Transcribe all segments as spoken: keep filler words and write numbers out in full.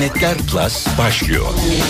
İnternetler Plus başlıyor.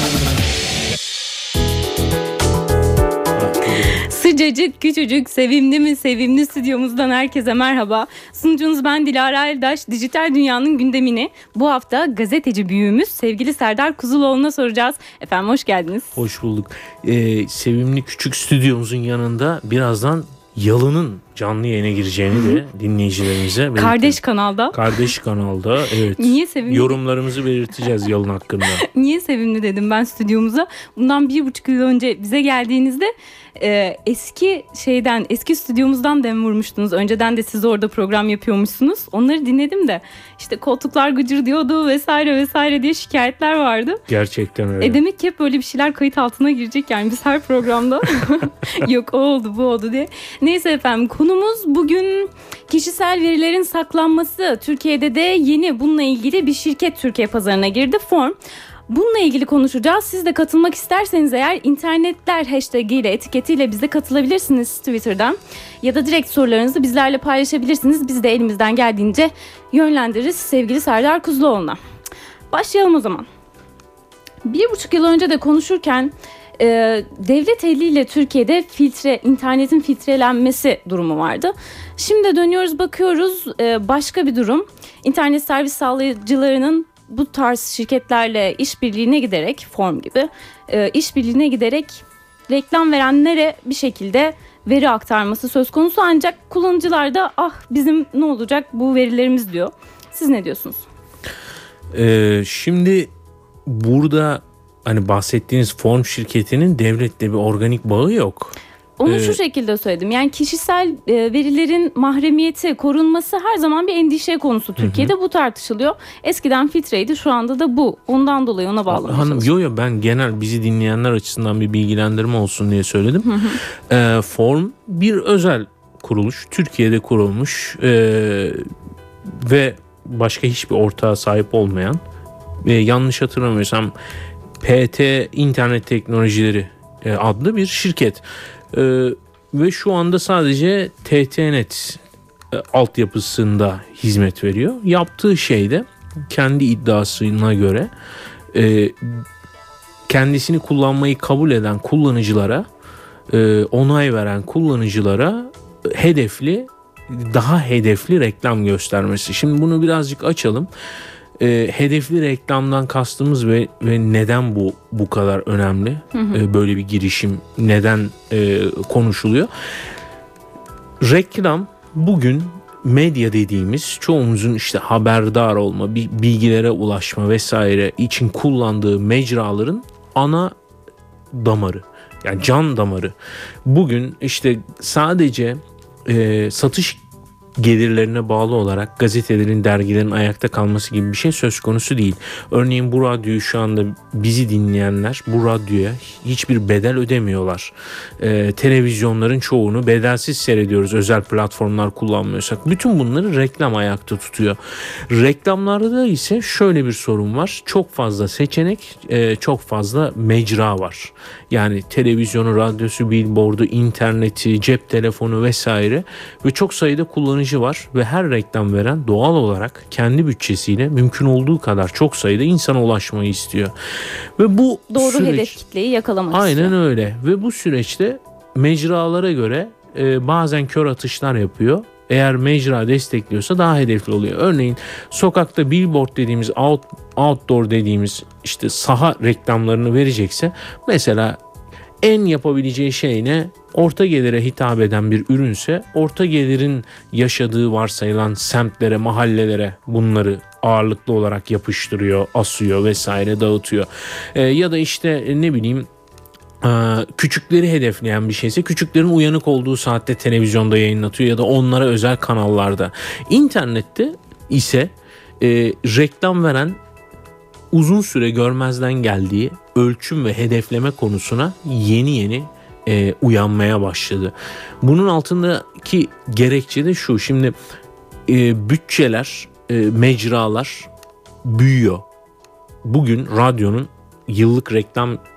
Sıcacık, küçücük, sevimli mi sevimli stüdyomuzdan herkese merhaba. Sunucunuz ben Dilara Eldaş. Dijital dünyanın gündemini bu hafta gazeteci büyüğümüz sevgili Serdar Kuzuloğlu'na soracağız. Efendim hoş geldiniz. Hoş bulduk. Ee, sevimli küçük stüdyomuzun yanında birazdan Yalın'ın canlı yayına gireceğini de dinleyicilerimize belirtelim. Kardeş kanalda. Kardeş kanalda, evet. Niye sevimli? Yorumlarımızı belirteceğiz Yalın hakkında. Niye sevimli dedim ben stüdyomuza? Bundan bir buçuk yıl önce bize geldiğinizde e, eski şeyden, eski stüdyomuzdan dem vurmuştunuz. Önceden de siz orada program yapıyormuşsunuz. Onları dinledim de işte koltuklar gıcır diyordu vesaire vesaire diye şikayetler vardı. Gerçekten öyle. E demek ki hep böyle bir şeyler kayıt altına girecek yani biz her programda yok o oldu bu oldu diye. Neyse efendim, konumuz bugün kişisel verilerin saklanması. Türkiye'de de yeni bununla ilgili bir şirket Türkiye pazarına girdi, Form. Bununla ilgili konuşacağız. Siz de katılmak isterseniz eğer internetler hashtag ile etiketiyle bize katılabilirsiniz Twitter'dan. Ya da direkt sorularınızı bizlerle paylaşabilirsiniz. Biz de elimizden geldiğince yönlendiririz sevgili Serdar Kuzuloğlu'na. Başlayalım o zaman. Bir buçuk yıl önce de konuşurken e, devlet eliyle Türkiye'de filtre, internetin filtrelenmesi durumu vardı. Şimdi dönüyoruz bakıyoruz e, başka bir durum. İnternet servis sağlayıcılarının bu tarz şirketlerle işbirliğine giderek, Form gibi e, işbirliğine giderek reklam verenlere bir şekilde veri aktarması söz konusu. Ancak kullanıcılar da ah bizim ne olacak bu verilerimiz diyor. Siz ne diyorsunuz? Ee, şimdi burada hani bahsettiğiniz Form şirketinin devletle bir organik bağı yok. Onu Ee, şu şekilde söyledim. Yani kişisel e, verilerin mahremiyeti korunması her zaman bir endişe konusu Türkiye'de. Hı hı. Bu tartışılıyor. Eskiden filtreydi, şu anda da bu. Ondan dolayı ona bağlamak Hanım, yo yo ben genel bizi dinleyenler açısından bir bilgilendirme olsun diye söyledim. Hı hı. Ee, Form bir özel kuruluş. Türkiye'de kurulmuş ee, ve başka hiçbir ortağa sahip olmayan, e, yanlış hatırlamıyorsam P T İnternet Teknolojileri e, adlı bir şirket. Ee, ve şu anda sadece T T Net e, altyapısında hizmet veriyor. Yaptığı şey de kendi iddiasına göre e, kendisini kullanmayı kabul eden kullanıcılara, e, onay veren kullanıcılara hedefli, daha hedefli reklam göstermesi. Şimdi bunu birazcık açalım. E, hedefli reklamdan kastımız ve ve neden bu bu kadar önemli? Hı hı. E, böyle bir girişim neden e, konuşuluyor? Reklam bugün medya dediğimiz, çoğumuzun işte haberdar olma, bilgilere ulaşma vesaire için kullandığı mecraların ana damarı. Yani can damarı. Bugün işte sadece e, satış gelirlerine bağlı olarak gazetelerin, dergilerin ayakta kalması gibi bir şey söz konusu değil. Örneğin bu radyoyu şu anda bizi dinleyenler bu radyoya hiçbir bedel ödemiyorlar. Ee, televizyonların çoğunu bedelsiz seyrediyoruz, özel platformlar kullanmıyorsak. Bütün bunları reklam ayakta tutuyor. Reklamlarda ise şöyle bir sorun var. Çok fazla seçenek, e, çok fazla mecra var. Yani televizyonu, radyosu, billboardu, interneti, cep telefonu vesaire ve çok sayıda kullanıcı var ve her reklam veren doğal olarak kendi bütçesiyle mümkün olduğu kadar çok sayıda insana ulaşmayı istiyor. Ve bu doğru süreç, hedef kitleyi yakalamak aynen istiyor. Aynen öyle. Ve bu süreçte mecralara göre e, bazen kör atışlar yapıyor. Eğer mecra destekliyorsa daha hedefli oluyor. Örneğin sokakta billboard dediğimiz, out, outdoor dediğimiz işte saha reklamlarını verecekse mesela en yapabileceği şey ne? Orta gelire hitap eden bir ürünse orta gelirin yaşadığı varsayılan semtlere, mahallelere bunları ağırlıklı olarak yapıştırıyor, asıyor vesaire, dağıtıyor. Ee, ya da işte ne bileyim küçükleri hedefleyen bir şeyse küçüklerin uyanık olduğu saatte televizyonda yayınlatıyor ya da onlara özel kanallarda. İnternette ise e, reklam veren uzun süre görmezden geldiği ölçüm ve hedefleme konusuna yeni yeni e, uyanmaya başladı. Bunun altındaki gerekçe de şu. Şimdi e, bütçeler, e, mecralar büyüyor. Bugün radyonun yıllık reklam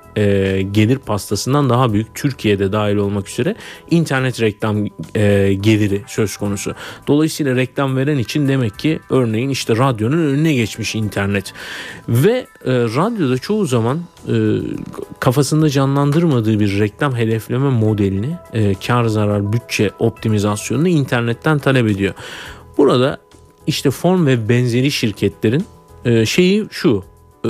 e, gelir pastasından daha büyük, Türkiye'de dahil olmak üzere internet reklam e, geliri söz konusu. Dolayısıyla reklam veren için demek ki örneğin işte radyonun önüne geçmiş internet ve e, radyoda çoğu zaman e, kafasında canlandırmadığı bir reklam hedefleme modelini, e, kar zarar bütçe optimizasyonunu internetten talep ediyor. Burada işte Form ve benzeri şirketlerin e, şeyi şu, e,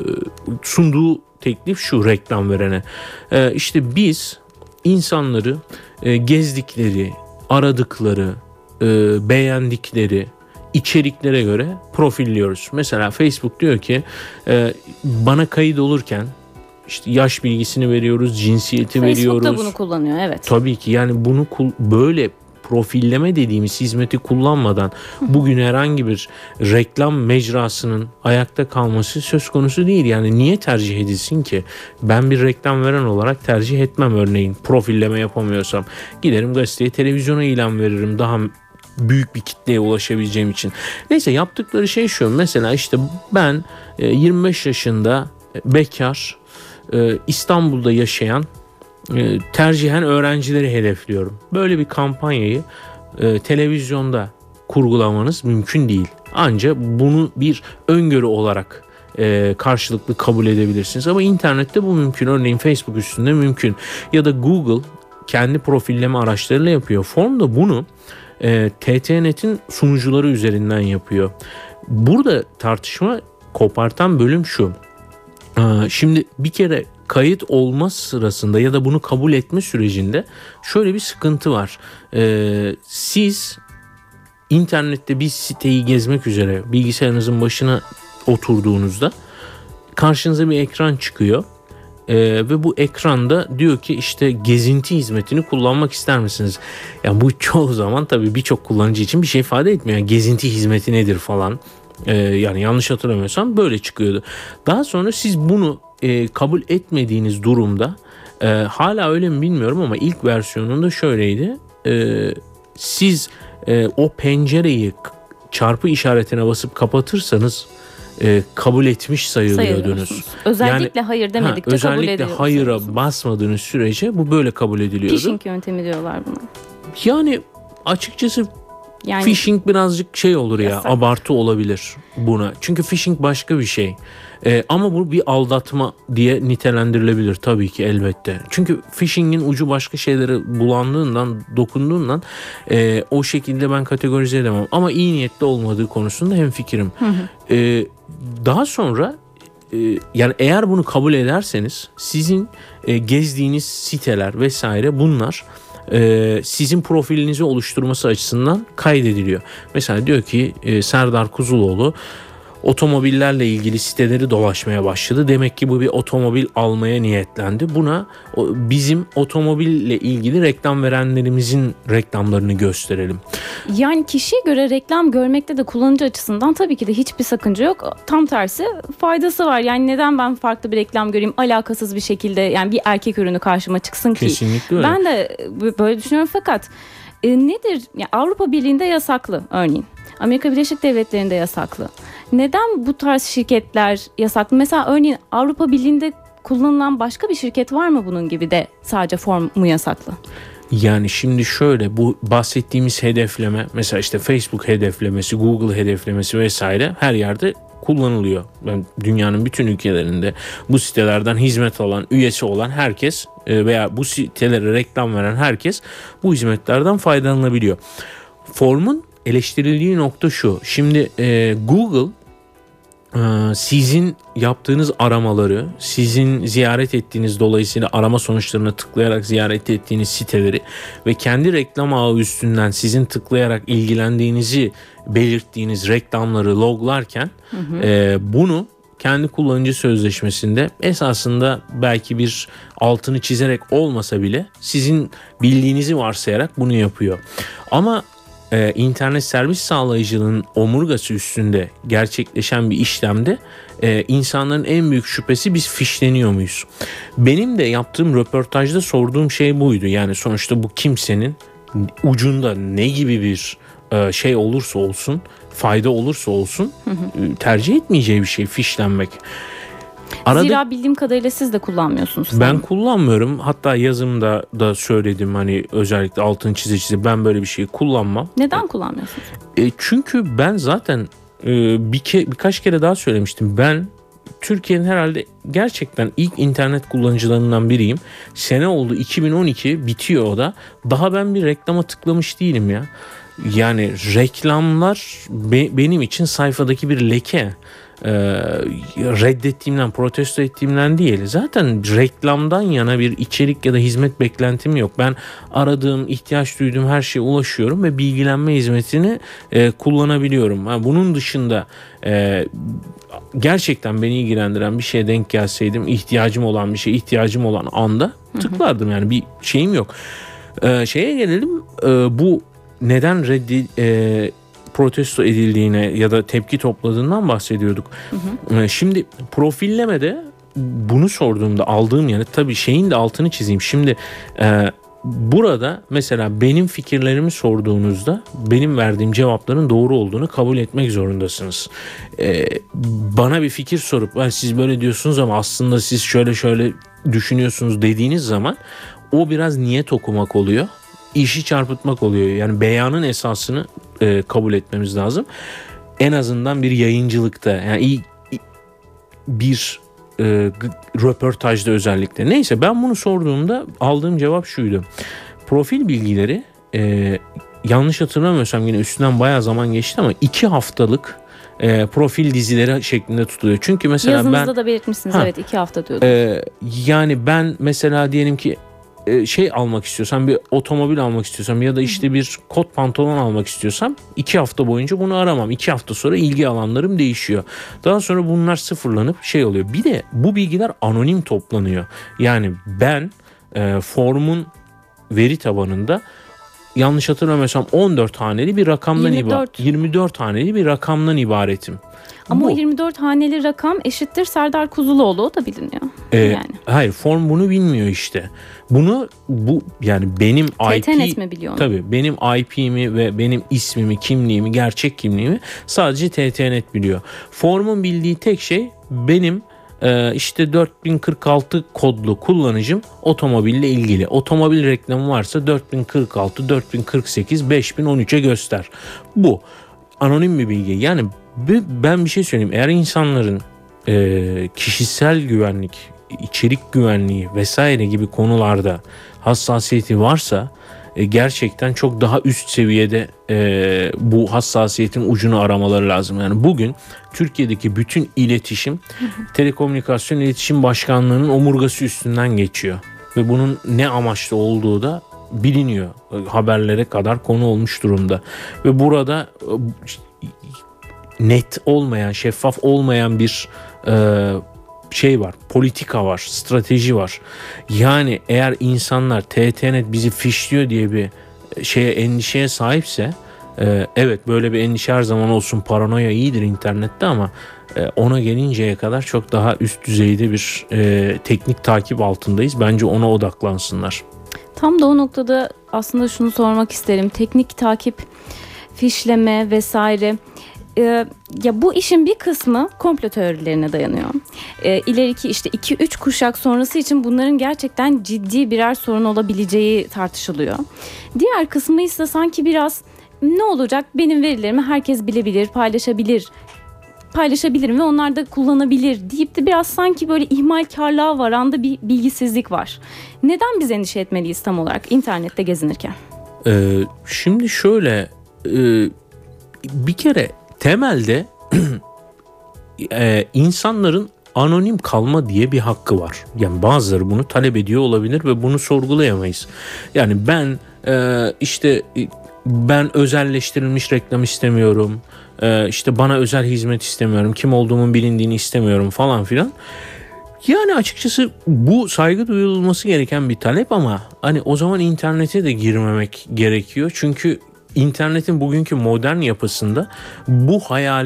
sunduğu teklif şu reklam verene. E, işte biz insanları e, gezdikleri, aradıkları, e, beğendikleri içeriklere göre profilliyoruz. Mesela Facebook diyor ki e, bana kayıt olurken işte yaş bilgisini veriyoruz, cinsiyeti Facebook veriyoruz. Facebook da bunu kullanıyor, evet. Tabii ki yani bunu böyle profilleme dediğimiz hizmeti kullanmadan bugün herhangi bir reklam mecrasının ayakta kalması söz konusu değil. Yani niye tercih edilsin ki? Ben bir reklam veren olarak tercih etmem örneğin. Profilleme yapamıyorsam. Giderim gazeteye, televizyona ilan veririm daha büyük bir kitleye ulaşabileceğim için. Neyse, yaptıkları şey şu. Mesela işte ben yirmi beş yaşında bekar, İstanbul'da yaşayan tercihen öğrencileri hedefliyorum. Böyle bir kampanyayı e, televizyonda kurgulamanız mümkün değil. Ancak bunu bir öngörü olarak e, karşılıklı kabul edebilirsiniz. Ama internette bu mümkün. Örneğin Facebook üstünde mümkün. Ya da Google kendi profilleme araçlarıyla yapıyor. Form da bunu e, T T Net'in sunucuları üzerinden yapıyor. Burada tartışma kopartan bölüm şu. E, şimdi bir kere kayıt olma sırasında ya da bunu kabul etme sürecinde şöyle bir sıkıntı var. Ee, siz internette bir siteyi gezmek üzere bilgisayarınızın başına oturduğunuzda karşınıza bir ekran çıkıyor. Ee, ve bu ekranda diyor ki işte gezinti hizmetini kullanmak ister misiniz? Yani bu çoğu zaman tabii birçok kullanıcı için bir şey ifade etmiyor. Yani gezinti hizmeti nedir falan. Ee, yani yanlış hatırlamıyorsam böyle çıkıyordu. Daha sonra siz bunu e, kabul etmediğiniz durumda e, hala öyle mi bilmiyorum ama ilk versiyonunda şöyleydi. E, siz e, o pencereyi çarpı işaretine basıp kapatırsanız e, kabul etmiş sayılıyordunuz. Özellikle yani, hayır demedikçe ha, kabul ediyorsunuz. Özellikle hayıra basmadığınız sürece bu böyle kabul ediliyordu. Phishing yöntemi diyorlar buna. Yani açıkçası yani, phishing birazcık şey olur ya, yasak. Abartı olabilir buna. Çünkü phishing başka bir şey. Ee, ama bu bir aldatma diye nitelendirilebilir tabii ki, elbette. Çünkü phishing'in ucu başka şeylere bulandığından, dokunduğundan e, o şekilde ben kategorize edemem. Ama iyi niyetli olmadığı konusunda hemfikirim. Hı hı. Ee, daha sonra e, yani eğer bunu kabul ederseniz sizin e, gezdiğiniz siteler vesaire bunlar Ee, sizin profilinizi oluşturması açısından kaydediliyor. Mesela diyor ki e, Serdar Kuzuloğlu otomobillerle ilgili siteleri dolaşmaya başladı. Demek ki bu bir otomobil almaya niyetlendi. Buna o, bizim otomobille ilgili reklam verenlerimizin reklamlarını gösterelim. Yani kişiye göre reklam görmekte de kullanıcı açısından tabii ki de hiçbir sakınca yok. Tam tersi faydası var. Yani neden ben farklı bir reklam göreyim alakasız bir şekilde, yani bir erkek ürünü karşıma çıksın ki? Kesinlikle öyle. Ben de böyle düşünüyorum fakat e, nedir? Yani Avrupa Birliği'nde yasaklı örneğin. Amerika Birleşik Devletleri'nde yasaklı. Neden bu tarz şirketler yasaklı? Mesela örneğin Avrupa Birliği'nde kullanılan başka bir şirket var mı bunun gibi de sadece formu yasaklı? Yani şimdi şöyle, bu bahsettiğimiz hedefleme, mesela işte Facebook hedeflemesi, Google hedeflemesi vesaire her yerde kullanılıyor. Yani dünyanın bütün ülkelerinde bu sitelerden hizmet alan, üyesi olan herkes veya bu sitelere reklam veren herkes bu hizmetlerden faydalanabiliyor. Formun eleştirildiği nokta şu. Şimdi e, Google e, sizin yaptığınız aramaları, sizin ziyaret ettiğiniz, dolayısıyla arama sonuçlarına tıklayarak ziyaret ettiğiniz siteleri ve kendi reklam ağı üstünden sizin tıklayarak ilgilendiğinizi belirttiğiniz reklamları loglarken hı hı. E, bunu kendi kullanıcı sözleşmesinde esasında belki bir altını çizerek olmasa bile sizin bildiğinizi varsayarak bunu yapıyor. Ama Ee, internet servis sağlayıcılığının omurgası üstünde gerçekleşen bir işlemde e, insanların en büyük şüphesi biz fişleniyor muyuz? Benim de yaptığım röportajda sorduğum şey buydu. Yani sonuçta bu kimsenin ucunda ne gibi bir e, şey olursa olsun, fayda olursa olsun hı hı. tercih etmeyeceği bir şey fişlenmek. Arada, Zira bildiğim kadarıyla siz de kullanmıyorsunuz. Ben sanırım. kullanmıyorum. Hatta yazımda da söyledim, hani özellikle altını çize çize ben böyle bir şeyi kullanmam. Neden kullanmıyorsunuz? E, çünkü ben zaten e, bir ke, birkaç kere daha söylemiştim. Ben Türkiye'nin herhalde gerçekten ilk internet kullanıcılarından biriyim. Sene oldu iki bin on iki, bitiyor o da. Daha ben bir reklama tıklamış değilim ya. Yani reklamlar be, benim için sayfadaki bir leke. Ee, reddettiğimden, protesto ettiğimden değil. Zaten reklamdan yana bir içerik ya da hizmet beklentim yok. Ben aradığım, ihtiyaç duyduğum her şeye ulaşıyorum ve bilgilenme hizmetini e, kullanabiliyorum. Ha, bunun dışında e, gerçekten beni ilgilendiren bir şeye denk gelseydim, ihtiyacım olan bir şey, ihtiyacım olan anda tıklardım. Yani bir şeyim yok. Ee, şeye gelelim. E, bu neden reddi e, protesto edildiğine ya da tepki topladığından bahsediyorduk. Hı hı. Şimdi profillemede bunu sorduğumda aldığım, yani tabii şeyin de altını çizeyim. Şimdi e, burada mesela benim fikirlerimi sorduğunuzda benim verdiğim cevapların doğru olduğunu kabul etmek zorundasınız. E, bana bir fikir sorup siz böyle diyorsunuz ama aslında siz şöyle şöyle düşünüyorsunuz dediğiniz zaman o biraz niyet okumak oluyor. İşi çarpıtmak oluyor. Yani beyanın esasını e, kabul etmemiz lazım. En azından bir yayıncılıkta, yani iyi bir e, röportajda özellikle. Neyse, ben bunu sorduğumda aldığım cevap şuydu. Profil bilgileri e, yanlış hatırlamıyorsam yine üstünden bayağı zaman geçti ama iki haftalık e, profil dizileri şeklinde tutuluyor. Çünkü mesela yazınızda ben, da belirtmişsiniz ha, evet iki hafta diyordunuz. E, yani ben mesela diyelim ki şey almak istiyorsam, bir otomobil almak istiyorsam ya da işte bir kot pantolon almak istiyorsam iki hafta boyunca bunu aramam. iki hafta sonra ilgi alanlarım değişiyor. Daha sonra bunlar sıfırlanıp şey oluyor. Bir de bu bilgiler anonim toplanıyor. Yani ben e, formun veri tabanında yanlış hatırlamıyorsam on dört haneli bir rakamdan ibaret. yirmi dört haneli bir rakamdan ibaretim. Ama bu. O yirmi dört haneli rakam eşittir Serdar Kuzuloğlu, o da biliniyor. Ee, yani. Hayır, form bunu bilmiyor işte. Bunu bu yani benim I P, T T Net mi biliyor onu? Tabii benim I P'mi ve benim ismimi, kimliğimi, gerçek kimliğimi sadece T T Net biliyor. Formun bildiği tek şey benim e, işte dört bin kırk altı kodlu kullanıcım otomobille ilgili. Otomobil reklamı varsa dört bin kırk altı, dört bin kırk sekiz, beş bin on üçe göster. Bu anonim bir bilgi. Yani ben bir şey söyleyeyim. Eğer insanların e, kişisel güvenlik, içerik güvenliği vesaire gibi konularda hassasiyeti varsa e, gerçekten çok daha üst seviyede e, bu hassasiyetin ucunu aramaları lazım. Yani bugün Türkiye'deki bütün iletişim Telekomünikasyon İletişim Başkanlığı'nın omurgası üstünden geçiyor ve bunun ne amaçlı olduğu da biliniyor. Haberlere kadar konu olmuş durumda ve burada net olmayan, şeffaf olmayan bir e, şey var, politika var, strateji var. Yani eğer insanlar T T Net bizi fişliyor diye bir şeye, endişeye sahipse, e, evet böyle bir endişe her zaman olsun, paranoya iyidir internette ama e, ona gelinceye kadar çok daha üst düzeyde bir e, teknik takip altındayız. Bence ona odaklansınlar. Tam da o noktada aslında şunu sormak isterim. Teknik takip, fişleme vesaire. Ee, ya bu işin bir kısmı komplo teorilerine dayanıyor. Ee, ileriki işte iki üç kuşak sonrası için bunların gerçekten ciddi birer sorun olabileceği tartışılıyor. Diğer kısmı ise sanki biraz ne olacak, benim verilerimi herkes bilebilir, paylaşabilir, paylaşabilirim ve onlar da kullanabilir deyip de biraz sanki böyle ihmalkarlığa varan da bir bilgisizlik var. Neden biz endişe etmeliyiz tam olarak internette gezinirken? Ee, şimdi şöyle e, bir kere temelde e, insanların anonim kalma diye bir hakkı var. Yani bazıları bunu talep ediyor olabilir ve bunu sorgulayamayız. Yani ben e, işte ben özelleştirilmiş reklam istemiyorum. E, işte bana özel hizmet istemiyorum. Kim olduğumun bilindiğini istemiyorum falan filan. Yani açıkçası bu saygı duyulması gereken bir talep ama hani o zaman internete de girmemek gerekiyor. Çünkü İnternetin bugünkü modern yapısında bu hayalin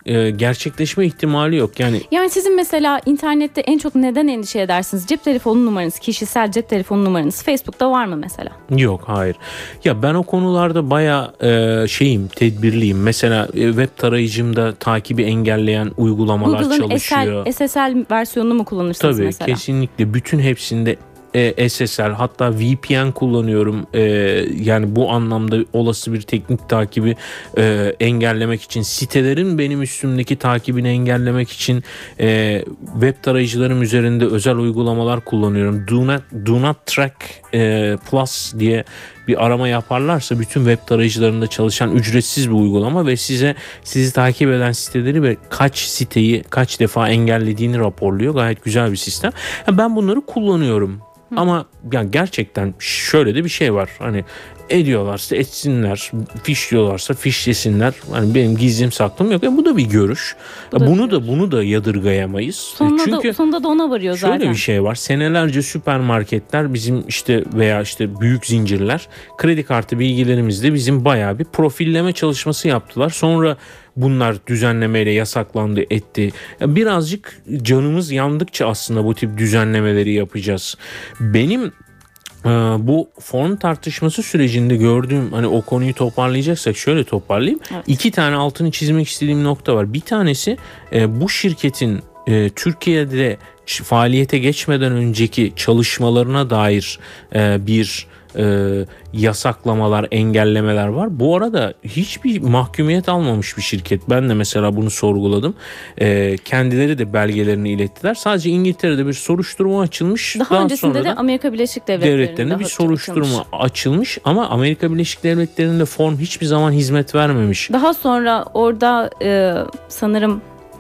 e, gerçekleşme ihtimali yok. Yani Yani sizin mesela internette en çok neden endişe edersiniz? Cep telefonu numaranız, kişisel cep telefonu numaranız Facebook'ta var mı mesela? yok, hayır. Ya ben o konularda bayağı e, şeyim, tedbirliyim. Mesela e, web tarayıcımda takibi engelleyen uygulamalar Google'ın çalışıyor. S S L versiyonunu mu kullanırsınız Tabii, mesela? kesinlikle bütün hepsinde e, S S L, hatta V P N kullanıyorum. E, yani bu anlamda olası bir teknik takibi e, engellemek için, sitelerin benim üstümdeki takibini engellemek için e, web tarayıcılarım üzerinde özel uygulamalar kullanıyorum. Do not, do not track e, plus diye bir arama yaparlarsa bütün web tarayıcılarında çalışan ücretsiz bir uygulama ve size sizi takip eden siteleri ve kaç siteyi kaç defa engellediğini raporluyor. Gayet güzel bir sistem. Yani ben bunları kullanıyorum. Hı. Ama yani gerçekten şöyle de bir şey var. Hani ediyorlarsa etsinler, fişliyorlarsa fişlesinler. Hani benim gizlim saklım yok. Yani bu da bir görüş. Bu da bunu da bunu da yadırgayamayız. Sonunda Çünkü da, sonunda da ona varıyor şöyle zaten. Şöyle bir şey var. Senelerce süpermarketler bizim işte veya işte büyük zincirler kredi kartı bilgilerimizde bizim bayağı bir profilleme çalışması yaptılar. Sonra bunlar düzenlemeyle yasaklandı, etti. Birazcık canımız yandıkça aslında bu tip düzenlemeleri yapacağız. Benim bu form tartışması sürecinde gördüğüm, hani o konuyu toparlayacaksak şöyle toparlayayım. Evet. İki tane altını çizmek istediğim nokta var. Bir tanesi bu şirketin Türkiye'de faaliyete geçmeden önceki çalışmalarına dair bir e, yasaklamalar, engellemeler var. Bu arada hiçbir mahkumiyet almamış bir şirket. Ben de mesela bunu sorguladım. E, kendileri de belgelerini ilettiler. Sadece İngiltere'de bir soruşturma açılmış. Daha, Daha öncesinde de Amerika Birleşik Devletleri'nde, Devletleri'nde bir soruşturma açılmış. açılmış ama Amerika Birleşik Devletleri'nde form hiçbir zaman hizmet vermemiş. Daha sonra orada e, sanırım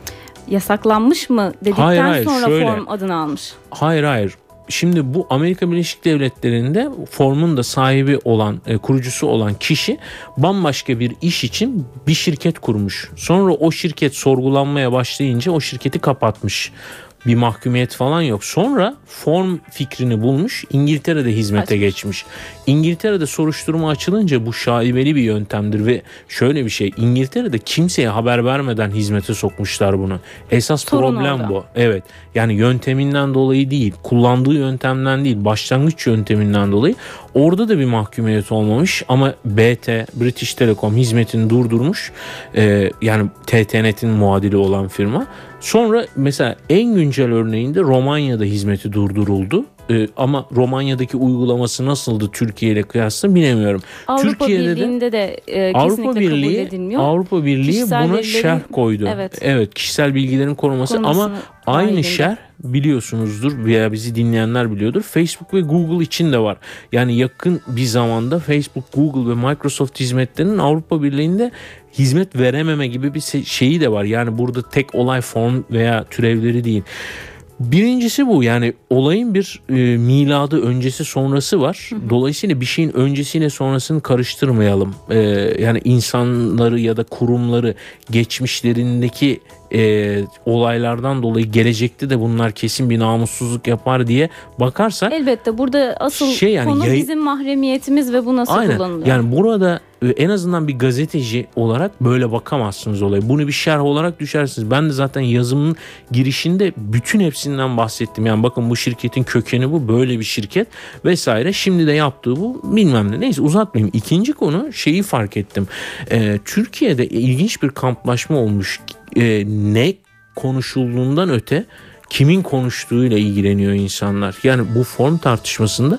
yasaklanmış mı dedikten hayır, hayır, sonra şöyle, form adını almış. Hayır hayır. Şimdi bu Amerika Birleşik Devletleri'nde formun da sahibi olan, e, kurucusu olan kişi bambaşka bir iş için bir şirket kurmuş. Sonra o şirket sorgulanmaya başlayınca o şirketi kapatmış. Bir mahkumiyet falan yok. Sonra form fikrini bulmuş, İngiltere'de hizmete Açmış. geçmiş. İngiltere'de soruşturma açılınca bu şaibeli bir yöntemdir ve şöyle bir şey, İngiltere'de kimseye haber vermeden hizmete sokmuşlar bunu. Esas Sorun problem orada. bu. Evet. Yani yönteminden dolayı değil, kullandığı yöntemden değil, başlangıç yönteminden dolayı. Orada da bir mahkumiyet olmamış ama B T, British Telecom hizmetini durdurmuş. Ee, yani T T Net'in muadili olan firma. Sonra mesela en güncel örneğinde Romanya'da hizmeti durduruldu. Ee, ama Romanya'daki uygulaması nasıldı Türkiye ile kıyasla bilemiyorum. Avrupa Türkiye'de Birliği'nde de e, Avrupa Birliği, kabul edilmiyor. Avrupa Birliği kişisel buna verilerin, şerh koydu. Evet. evet, kişisel bilgilerin korunması ama aynı dahilinde. şerh biliyorsunuzdur veya bizi dinleyenler biliyordur. Facebook ve Google için de var. Yani yakın bir zamanda Facebook, Google ve Microsoft hizmetlerinin Avrupa Birliği'nde hizmet verememe gibi bir şeyi de var. Yani burada tek olay form veya türevleri değil. Birincisi bu, yani olayın bir e, miladı öncesi sonrası var. Hı hı. Dolayısıyla bir şeyin öncesiyle sonrasını karıştırmayalım. E, yani insanları ya da kurumları geçmişlerindeki e, olaylardan dolayı gelecekte de bunlar kesin bir namussuzluk yapar diye bakarsak. Elbette burada asıl şey yani konu yayın... bizim mahremiyetimiz ve bu nasıl Aynen. kullanılıyor. Yani burada en azından bir gazeteci olarak böyle bakamazsınız olaya. Bunu bir şerh olarak düşersiniz. Ben de zaten yazımın girişinde bütün hepsinden bahsettim. Yani bakın bu şirketin kökeni bu, böyle bir şirket vesaire. Şimdi de yaptığı bu, bilmem ne. Neyse uzatmayayım. İkinci konu, şeyi fark ettim. Ee, Türkiye'de ilginç bir kamplaşma olmuş. Ee, ne konuşulduğundan öte kimin konuştuğuyla ilgileniyor insanlar. Yani bu form tartışmasında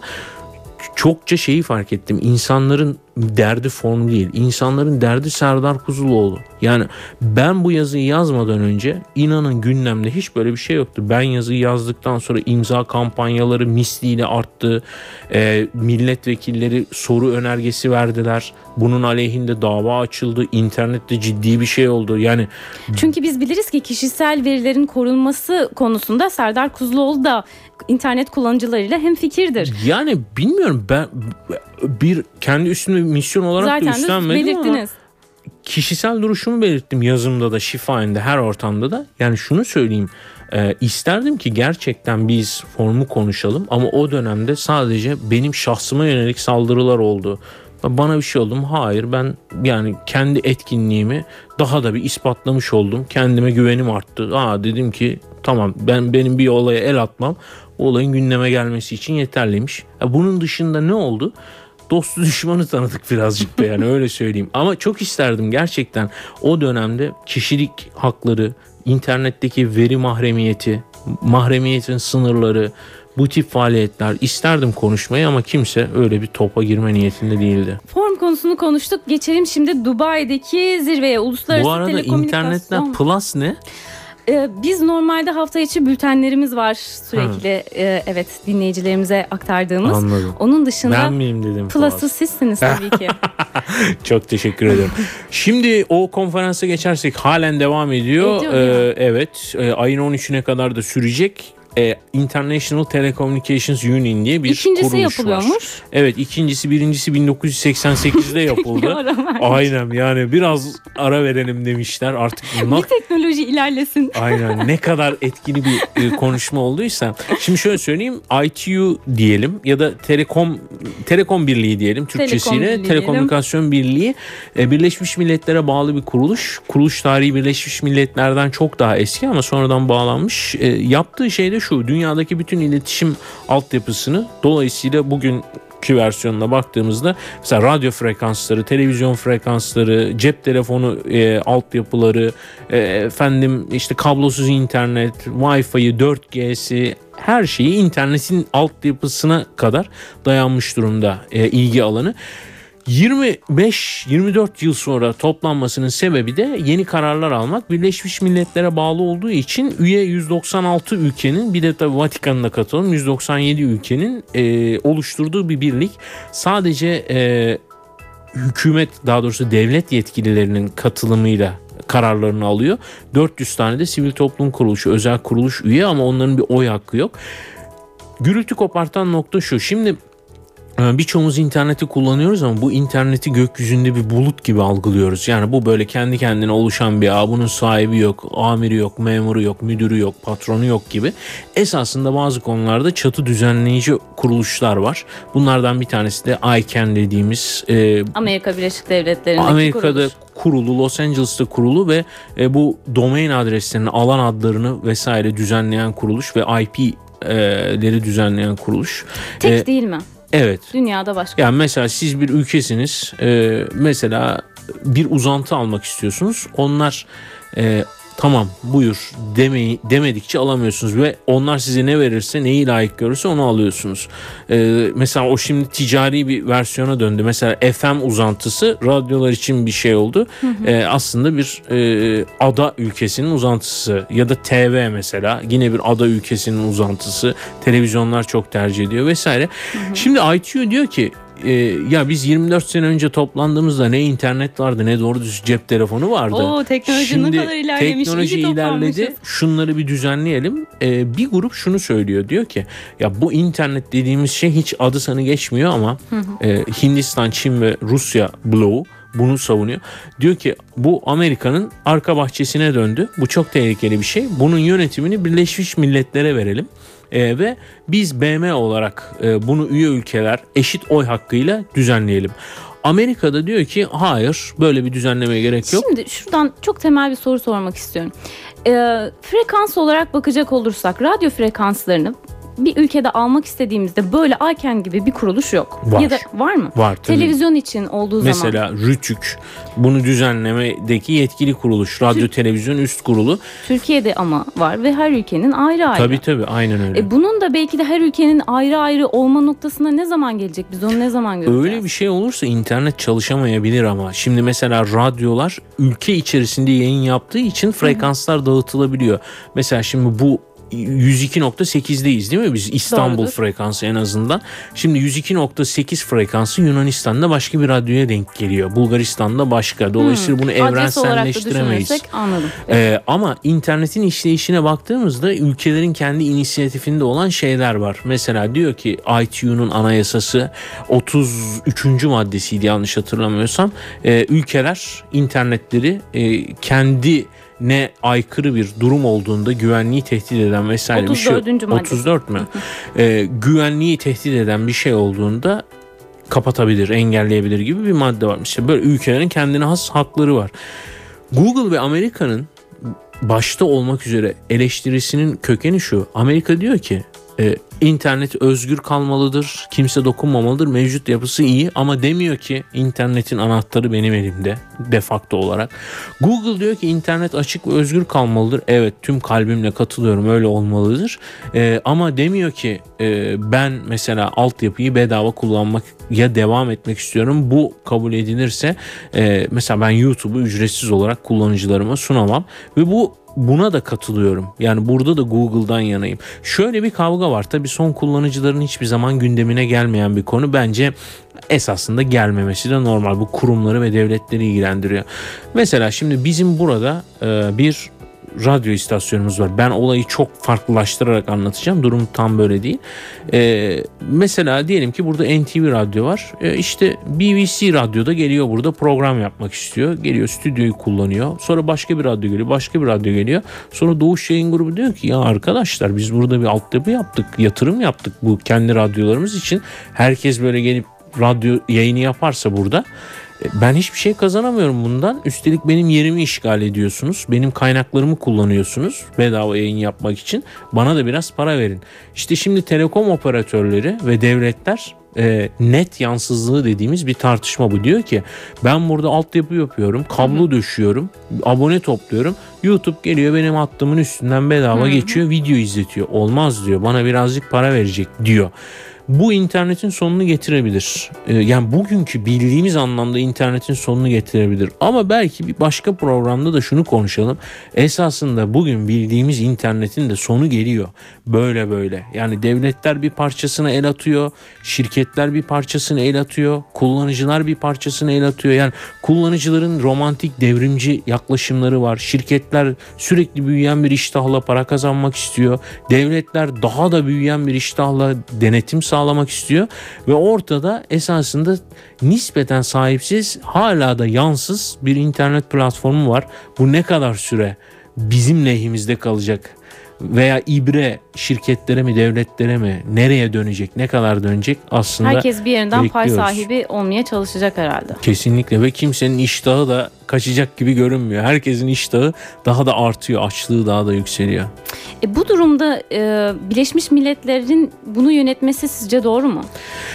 çokça şeyi fark ettim. İnsanların derdi form değil. İnsanların derdi Serdar Kuzuloğlu. Yani ben bu yazıyı yazmadan önce inanın gündemde hiç böyle bir şey yoktu. Ben yazıyı yazdıktan sonra imza kampanyaları misliyle arttı. E, milletvekilleri soru önergesi verdiler. Bunun aleyhinde dava açıldı. İnternette ciddi bir şey oldu. Yani çünkü biz biliriz ki kişisel verilerin korunması konusunda Serdar Kuzuloğlu da internet kullanıcılarıyla hemfikirdir. Yani bilmiyorum, ben bir kendi üstüme misyon olarak zaten da üstlenmedim ama kişisel duruşumu belirttim yazımda da, şifainde, her ortamda da. Yani şunu söyleyeyim, e, isterdim ki gerçekten biz formu konuşalım ama o dönemde sadece benim şahsıma yönelik saldırılar oldu. Bana bir şey oldu mu? Hayır, ben yani kendi etkinliğimi daha da bir ispatlamış oldum. Kendime güvenim arttı. Aa, dedim ki tamam, ben benim bir olaya el atmam o olayın gündeme gelmesi için yeterliymiş. Ya bunun dışında ne oldu? Dostu düşmanı tanıdık birazcık da, yani öyle söyleyeyim. Ama çok isterdim gerçekten o dönemde kişilik hakları, internetteki veri mahremiyeti, mahremiyetin sınırları, bu tip faaliyetler isterdim konuşmayı ama kimse öyle bir topa girme niyetinde değildi. Form konusunu konuştuk. Geçelim şimdi Dubai'deki zirveye. Uluslararası Bu arada telekomünikasyon. internetten Plus ne? Ee, biz normalde hafta içi bültenlerimiz var sürekli. Ee, evet, dinleyicilerimize aktardığımız. Anladım. Onun dışında Ben miyim dedim. Plus'ı sizsiniz tabii ki. Çok teşekkür ederim. Şimdi o konferansa geçersek halen devam ediyor. Ediyor, Ee, evet, e, ayın on üçüne kadar da sürecek. E, International Telecommunications Union diye bir İkincisi kuruluş yapılıyormuş. var. Evet, ikincisi birincisi bin dokuz yüz seksen sekizde yapıldı. Aynen, yani biraz ara verelim demişler artık. Bir teknoloji ilerlesin. Aynen, ne kadar etkili bir e, konuşma olduysa. Şimdi şöyle söyleyeyim, I T U diyelim ya da Telekom Telekom Birliği diyelim Türkçesiyle. Telekom Birliği Telekomünikasyon Birliği e, Birleşmiş Milletler'e bağlı bir kuruluş. Kuruluş tarihi Birleşmiş Milletler'den çok daha eski ama sonradan bağlanmış. E, yaptığı şey de şu: dünyadaki bütün iletişim altyapısını, dolayısıyla bugünkü versiyonuna baktığımızda mesela radyo frekansları, televizyon frekansları, cep telefonu e, altyapıları, e, efendim işte kablosuz internet, Wi-Fi'yi, dört G'si, her şeyi internetin altyapısına kadar dayanmış durumda e, ilgi alanı. yirmi beş yirmi dört yıl sonra toplanmasının sebebi de yeni kararlar almak. Birleşmiş Milletler'e bağlı olduğu için üye yüz doksan altı ülkenin, bir de tabii Vatikan'ın da katılım yüz doksan yedi ülkenin e, oluşturduğu bir birlik. Sadece e, hükümet, daha doğrusu devlet yetkililerinin katılımıyla kararlarını alıyor. dört yüz tane de sivil toplum kuruluşu, özel kuruluş üye ama onların bir oy hakkı yok. Gürültü kopartan nokta şu: şimdi birçoğumuz interneti kullanıyoruz ama bu interneti gökyüzünde bir bulut gibi algılıyoruz. Yani bu böyle kendi kendine oluşan bir ağ, bunun sahibi yok, amiri yok, memuru yok, müdürü yok, patronu yok gibi. Esasında bazı konularda çatı düzenleyici kuruluşlar var. Bunlardan bir tanesi de I C A N dediğimiz e, Amerika Birleşik Devletleri'ndeki Amerika'da kuruluş. kurulu, Los Angeles'ta kurulu ve e, bu domain adreslerini, alan adlarını vesaire düzenleyen kuruluş ve I P'leri düzenleyen kuruluş. Tek E, değil mi? Evet. Dünyada başka. Yani mesela siz bir ülkesiniz, e, mesela bir uzantı almak istiyorsunuz. Onlar e, tamam buyur demeyi, demedikçe alamıyorsunuz ve onlar size ne verirse, neyi layık görürse onu alıyorsunuz. E, mesela o şimdi ticari bir versiyona döndü. Mesela F M uzantısı radyolar için bir şey oldu. Hı hı. E, aslında bir e, ada ülkesinin uzantısı ya da T V mesela yine bir ada ülkesinin uzantısı. Televizyonlar çok tercih ediyor vesaire. Hı hı. Şimdi I T U diyor ki Ee, ya biz yirmi dört sene önce toplandığımızda ne internet vardı ne doğru düz cep telefonu vardı. Oo, teknoloji Şimdi ne kadar ilerlemiş. teknoloji ilerledi. Şunları bir düzenleyelim. Ee, bir grup şunu söylüyor, diyor ki ya bu internet dediğimiz şey hiç adı sanı geçmiyor ama hı hı. E, Hindistan, Çin ve Rusya bloğu bunu savunuyor. Diyor ki bu Amerika'nın arka bahçesine döndü. Bu çok tehlikeli bir şey. Bunun yönetimini Birleşmiş Milletler'e verelim. Ee, ve biz B M olarak e, bunu üye ülkeler eşit oy hakkıyla düzenleyelim. Amerika'da diyor ki hayır, böyle bir düzenlemeye gerek yok. Şimdi şuradan çok temel bir soru sormak istiyorum. Ee, frekans olarak bakacak olursak radyo frekanslarını bir ülkede almak istediğimizde böyle I C A N gibi bir kuruluş yok. Var. Ya da var mı? Var. Tabii. Televizyon için olduğu Mesela zaman. Mesela RTÜK bunu düzenlemedeki yetkili kuruluş. Radyo Tür- Televizyon Üst Kurulu. Türkiye'de ama var ve her ülkenin ayrı ayrı. Tabii tabii aynen öyle. E bunun da belki de her ülkenin ayrı ayrı olma noktasına ne zaman gelecek? Biz onu ne zaman göreceğiz? Öyle bir şey olursa internet çalışamayabilir ama. Şimdi mesela radyolar ülke içerisinde yayın yaptığı için frekanslar Hı-hı. dağıtılabiliyor. Mesela şimdi bu yüz iki nokta sekizdeyiz değil mi biz? İstanbul Doğrudur. Frekansı en azından. Şimdi yüz iki nokta sekiz frekansı Yunanistan'da başka bir radyoya denk geliyor. Bulgaristan'da başka. Dolayısıyla bunu hmm. evrenselleştiremeyiz. Anladım. Evet. Ee, ama internetin işleyişine baktığımızda ülkelerin kendi inisiyatifinde olan şeyler var. Mesela diyor ki I T U'nun anayasası otuz üçüncü maddesiydi yanlış hatırlamıyorsam. Ee, ülkeler internetleri e, kendi ne aykırı bir durum olduğunda, güvenliği tehdit eden vesaire bir şey, otuz dördüncü otuz dört mü? ee, güvenliği tehdit eden bir şey olduğunda kapatabilir, engelleyebilir gibi bir madde var. İşte böyle ülkelerin kendine has hakları var. Google ve Amerika'nın başta olmak üzere eleştirisinin kökeni şu. Amerika diyor ki e, internet özgür kalmalıdır, kimse dokunmamalıdır, mevcut yapısı iyi, ama demiyor ki internetin anahtarı benim elimde de facto olarak. Google diyor ki internet açık ve özgür kalmalıdır. Evet, tüm kalbimle katılıyorum, öyle olmalıdır. E, ama demiyor ki e, ben mesela altyapıyı bedava kullanmak ya devam etmek istiyorum. Bu kabul edilirse e, mesela ben YouTube'u ücretsiz olarak kullanıcılarıma sunamam ve bu buna da katılıyorum. Yani burada da Google'dan yanayım. Şöyle bir kavga var. Tabii son kullanıcıların hiçbir zaman gündemine gelmeyen bir konu. Bence esasında gelmemesi de normal. Bu kurumları ve devletleri ilgilendiriyor. Mesela şimdi bizim burada e, bir radyo istasyonumuz var. Ben olayı çok farklılaştırarak anlatacağım. Durum tam böyle değil. Ee, mesela diyelim ki burada N T V radyo var. Ee, işte B B C radyoda geliyor, burada program yapmak istiyor. Geliyor, stüdyoyu kullanıyor. Sonra başka bir radyo geliyor. Başka bir radyo geliyor. Sonra Doğuş Yayın Grubu diyor ki ya arkadaşlar biz burada bir altyapı yaptık. Yatırım yaptık bu kendi radyolarımız için. Herkes böyle gelip radyo yayını yaparsa burada ben hiçbir şey kazanamıyorum bundan. Üstelik benim yerimi işgal ediyorsunuz. Benim kaynaklarımı kullanıyorsunuz bedava yayın yapmak için. Bana da biraz para verin. İşte şimdi telekom operatörleri ve devletler e, net yansızlığı dediğimiz bir tartışma bu. Diyor ki ben burada altyapı yapıyorum, kablo döşüyorum, abone topluyorum. YouTube geliyor benim hattımın üstünden bedava Hı-hı. geçiyor, video izletiyor. Olmaz diyor. Bana birazcık para verecek diyor. Bu internetin sonunu getirebilir. Yani bugünkü bildiğimiz anlamda internetin sonunu getirebilir. Ama belki bir başka programda da şunu konuşalım. Esasında bugün bildiğimiz internetin de sonu geliyor. Böyle böyle. Yani devletler bir parçasına el atıyor. Şirketler bir parçasına el atıyor. Kullanıcılar bir parçasına el atıyor. Yani kullanıcıların romantik devrimci yaklaşımları var. Şirketler sürekli büyüyen bir iştahla para kazanmak istiyor. Devletler daha da büyüyen bir iştahla denetim sağlamak istiyor ve ortada esasında nispeten sahipsiz, hala da yansız bir internet platformu var. Bu ne kadar süre bizim lehimizde kalacak veya ibre şirketlere mi, devletlere mi, nereye dönecek, ne kadar dönecek aslında herkes bir yerinden bekliyoruz. Pay sahibi olmaya çalışacak herhalde. Kesinlikle ve kimsenin iştahı da kaçacak gibi görünmüyor. Herkesin iştahı daha da artıyor, açlığı daha da yükseliyor. E bu durumda e, Birleşmiş Milletler'in bunu yönetmesi sizce doğru mu?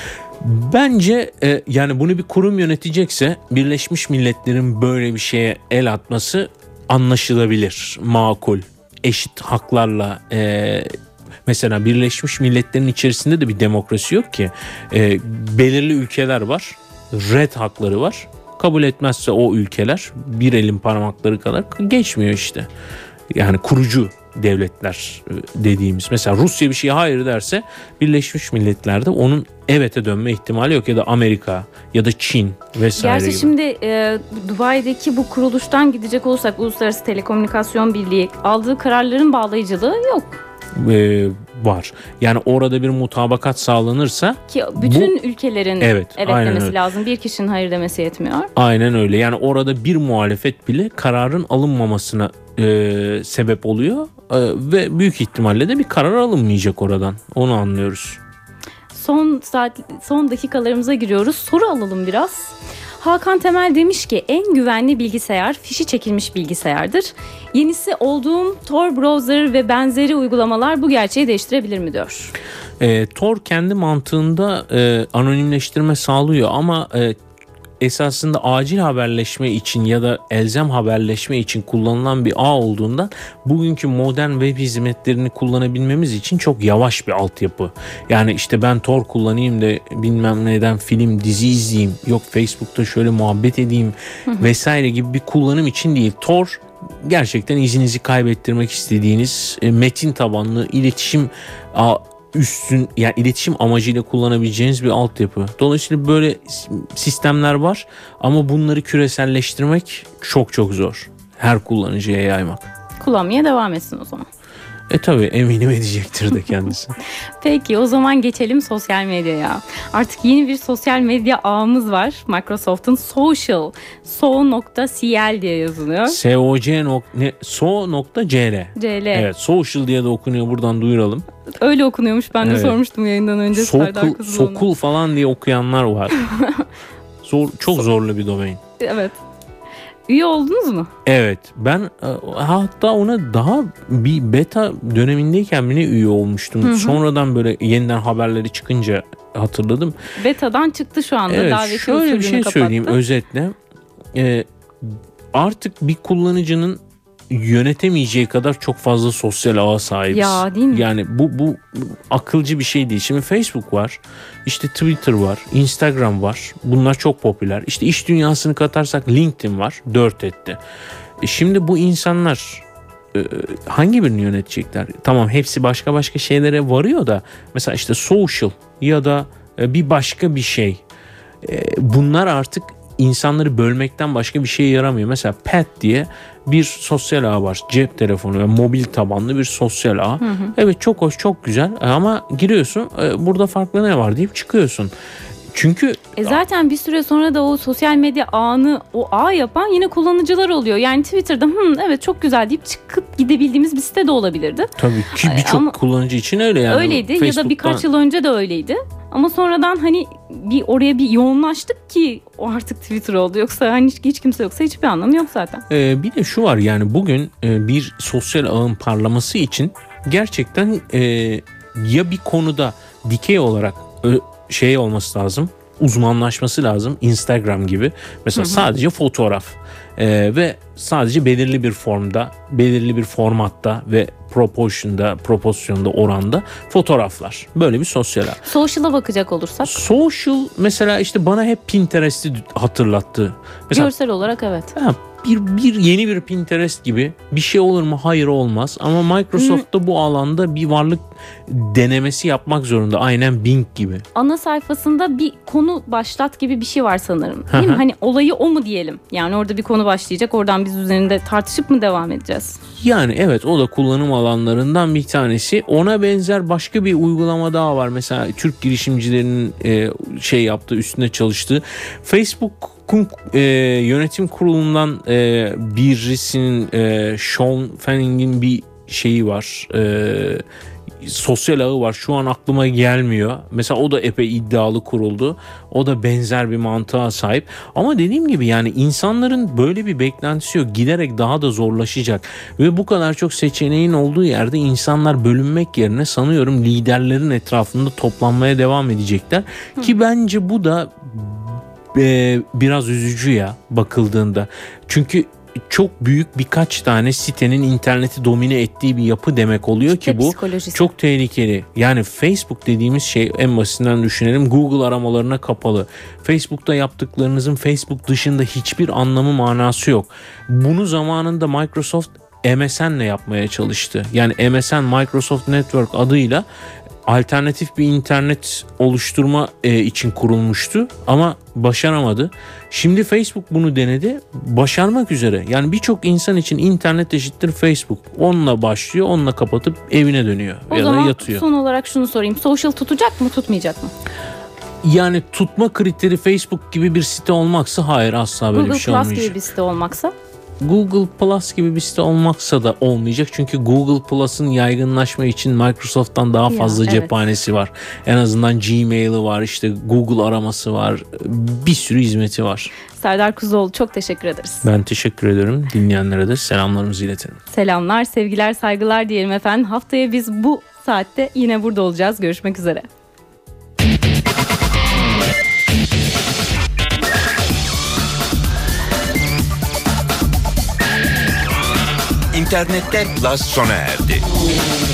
Bence e, yani bunu bir kurum yönetecekse Birleşmiş Milletler'in böyle bir şeye el atması anlaşılabilir, makul. Eşit haklarla e, mesela Birleşmiş Milletler'in içerisinde de bir demokrasi yok ki. E, belirli ülkeler var, red hakları var. Kabul etmezse o ülkeler bir elin parmakları kadar geçmiyor işte. Yani kurucu devletler dediğimiz. Mesela Rusya bir şeye hayır derse Birleşmiş Milletler'de onun evete dönme ihtimali yok, ya da Amerika ya da Çin vesaire Gerçi gibi. şimdi e, Dubai'deki bu kuruluştan gidecek olursak Uluslararası Telekomünikasyon Birliği aldığı kararların bağlayıcılığı yok. Ee, var. Yani orada bir mutabakat sağlanırsa ki bütün bu, ülkelerin evet, evet demesi öyle. lazım. Bir kişinin hayır demesi yetmiyor. Aynen öyle. Yani orada bir muhalefet bile kararın alınmamasına e, sebep oluyor e, ve büyük ihtimalle de bir karar alınmayacak oradan. Onu anlıyoruz. Son saat, son dakikalarımıza giriyoruz. Soru alalım biraz. Hakan Temel demiş ki en güvenli bilgisayar fişi çekilmiş bilgisayardır. Yenisi olduğum Tor browser ve benzeri uygulamalar bu gerçeği değiştirebilir mi diyor. E, Tor kendi mantığında e, anonimleştirme sağlıyor ama e, esasında acil haberleşme için ya da elzem haberleşme için kullanılan bir ağ olduğundan bugünkü modern web hizmetlerini kullanabilmemiz için çok yavaş bir altyapı. Yani işte ben Tor kullanayım da bilmem neden film, dizi izleyeyim, yok Facebook'ta şöyle muhabbet edeyim vesaire gibi bir kullanım için değil. Tor gerçekten izinizi kaybettirmek istediğiniz e, metin tabanlı iletişim a, üstün, yani iletişim amacıyla kullanabileceğiniz bir altyapı. Dolayısıyla böyle sistemler var ama bunları küreselleştirmek çok çok zor. Her kullanıcıya yaymak. Kullanmaya devam etsin o zaman. E tabii eminim edecektir de kendisi. Peki o zaman geçelim sosyal medyaya. Artık yeni bir sosyal medya ağımız var. Microsoft'un Social, so.cl diye yazılıyor. S-O-C ne? So.cl. C L. Evet, social diye de okunuyor, buradan duyuralım. Öyle okunuyormuş, ben de evet. sormuştum yayından önce. Sokul, sokul falan diye okuyanlar var. Zor, çok so- zorlu bir domain. Evet. Üye oldunuz mu? Evet. Ben hatta ona daha bir beta dönemindeyken mi ne üye olmuştum. Hı hı. Sonradan böyle yeniden haberleri çıkınca hatırladım. Beta'dan çıktı şu anda. Evet, daveti şöyle bir şey kapattı. söyleyeyim özetle. Ee, artık bir kullanıcının yönetemeyeceği kadar çok fazla sosyal ağa sahibiz. Ya değil mi? Yani bu, bu akılcı bir şey değil. Şimdi Facebook var, işte Twitter var, Instagram var. Bunlar çok popüler. İşte iş dünyasını katarsak LinkedIn var. Dört etti. E şimdi bu insanlar e, hangi birini yönetecekler? Tamam, hepsi başka başka şeylere varıyor da mesela işte social ya da e, bir başka bir şey. E, bunlar artık insanları bölmekten başka bir şeye yaramıyor. Mesela Pet diye bir sosyal ağ var. Cep telefonu ve mobil tabanlı bir sosyal ağ. Hı hı. Evet, çok hoş, çok güzel ama giriyorsun, burada farklı ne var deyip çıkıyorsun. Çünkü e zaten bir süre sonra da o sosyal medya ağını, o ağ yapan yine kullanıcılar oluyor. Yani Twitter'da Hı, evet çok güzel deyip çıkıp gidebildiğimiz bir site de olabilirdi. Tabii ki birçok kullanıcı için öyle yani. Öyleydi Facebook'tan... ya da birkaç yıl önce de öyleydi. Ama sonradan hani bir oraya bir yoğunlaştık ki o artık Twitter oldu. Yoksa hani hiç, hiç kimse yoksa hiçbir anlamı yok zaten. Ee, bir de şu var, yani bugün e, bir sosyal ağın parlaması için gerçekten e, ya bir konuda dikey olarak ö, şey olması lazım, uzmanlaşması lazım. Instagram gibi. Mesela hı hı. sadece fotoğraf ee, ve sadece belirli bir formda, belirli bir formatta ve proportion'da, proporsiyonda, oranda fotoğraflar. Böyle bir sosyal ağ. Social'a bakacak olursak. Social mesela işte bana hep Pinterest'i hatırlattı. Mesela, görsel olarak evet. Ha, bir, bir yeni bir Pinterest gibi bir şey olur mu? Hayır, olmaz. Ama Microsoft da bu alanda bir varlık denemesi yapmak zorunda. Aynen Bing gibi. Ana sayfasında bir konu başlat gibi bir şey var sanırım. Değil mi? Hani olayı o mu diyelim? Yani orada bir konu başlayacak. Oradan biz üzerinde tartışıp mı devam edeceğiz? Yani evet, o da kullanım alanlarından bir tanesi. Ona benzer başka bir uygulama daha var. Mesela Türk girişimcilerinin e, şey yaptığı, üstünde çalıştığı. Facebook'un e, yönetim kurulundan e, birisinin e, Sean Fanning'in bir şeyi var. E, sosyal ağı var. Şu an aklıma gelmiyor. Mesela o da epey iddialı kuruldu. O da benzer bir mantığa sahip. Ama dediğim gibi yani insanların böyle bir beklentisi yok. Giderek daha da zorlaşacak. Ve bu kadar çok seçeneğin olduğu yerde insanlar bölünmek yerine sanıyorum liderlerin etrafında toplanmaya devam edecekler. Hı. Ki bence bu da e, biraz üzücü ya bakıldığında. Çünkü çok büyük birkaç tane sitenin interneti domine ettiği bir yapı demek oluyor ki bu çok tehlikeli. Yani Facebook dediğimiz şey, en basitinden düşünelim, Google aramalarına kapalı. Facebook'ta yaptıklarınızın Facebook dışında hiçbir anlamı, manası yok. Bunu zamanında Microsoft M S N'le yapmaya çalıştı. Yani M S N, Microsoft Network adıyla alternatif bir internet oluşturma e, için kurulmuştu ama başaramadı. Şimdi Facebook bunu denedi, başarmak üzere. Yani birçok insan için internet eşittir Facebook. Onunla başlıyor, onunla kapatıp evine dönüyor o ya da yatıyor. O zaman son olarak şunu sorayım. Social tutacak mı, tutmayacak mı? Yani tutma kriteri Facebook gibi bir site olmaksa hayır, asla böyle Google bir şey Plus olmayacak. Google Plus gibi bir site olmaksa? Google Plus gibi bir site olmaksa da olmayacak. Çünkü Google Plus'ın yaygınlaşma için Microsoft'tan daha fazla ya, cephanesi evet. var. En azından Gmail'i var, işte Google araması var. Bir sürü hizmeti var. Serdar Kuzuoğlu, çok teşekkür ederiz. Ben teşekkür ederim. Dinleyenlere de selamlarımızı iletelim. Selamlar, sevgiler, saygılar diyelim efendim. Haftaya biz bu saatte yine burada olacağız. Görüşmek üzere. İnternette Plus sona erdi.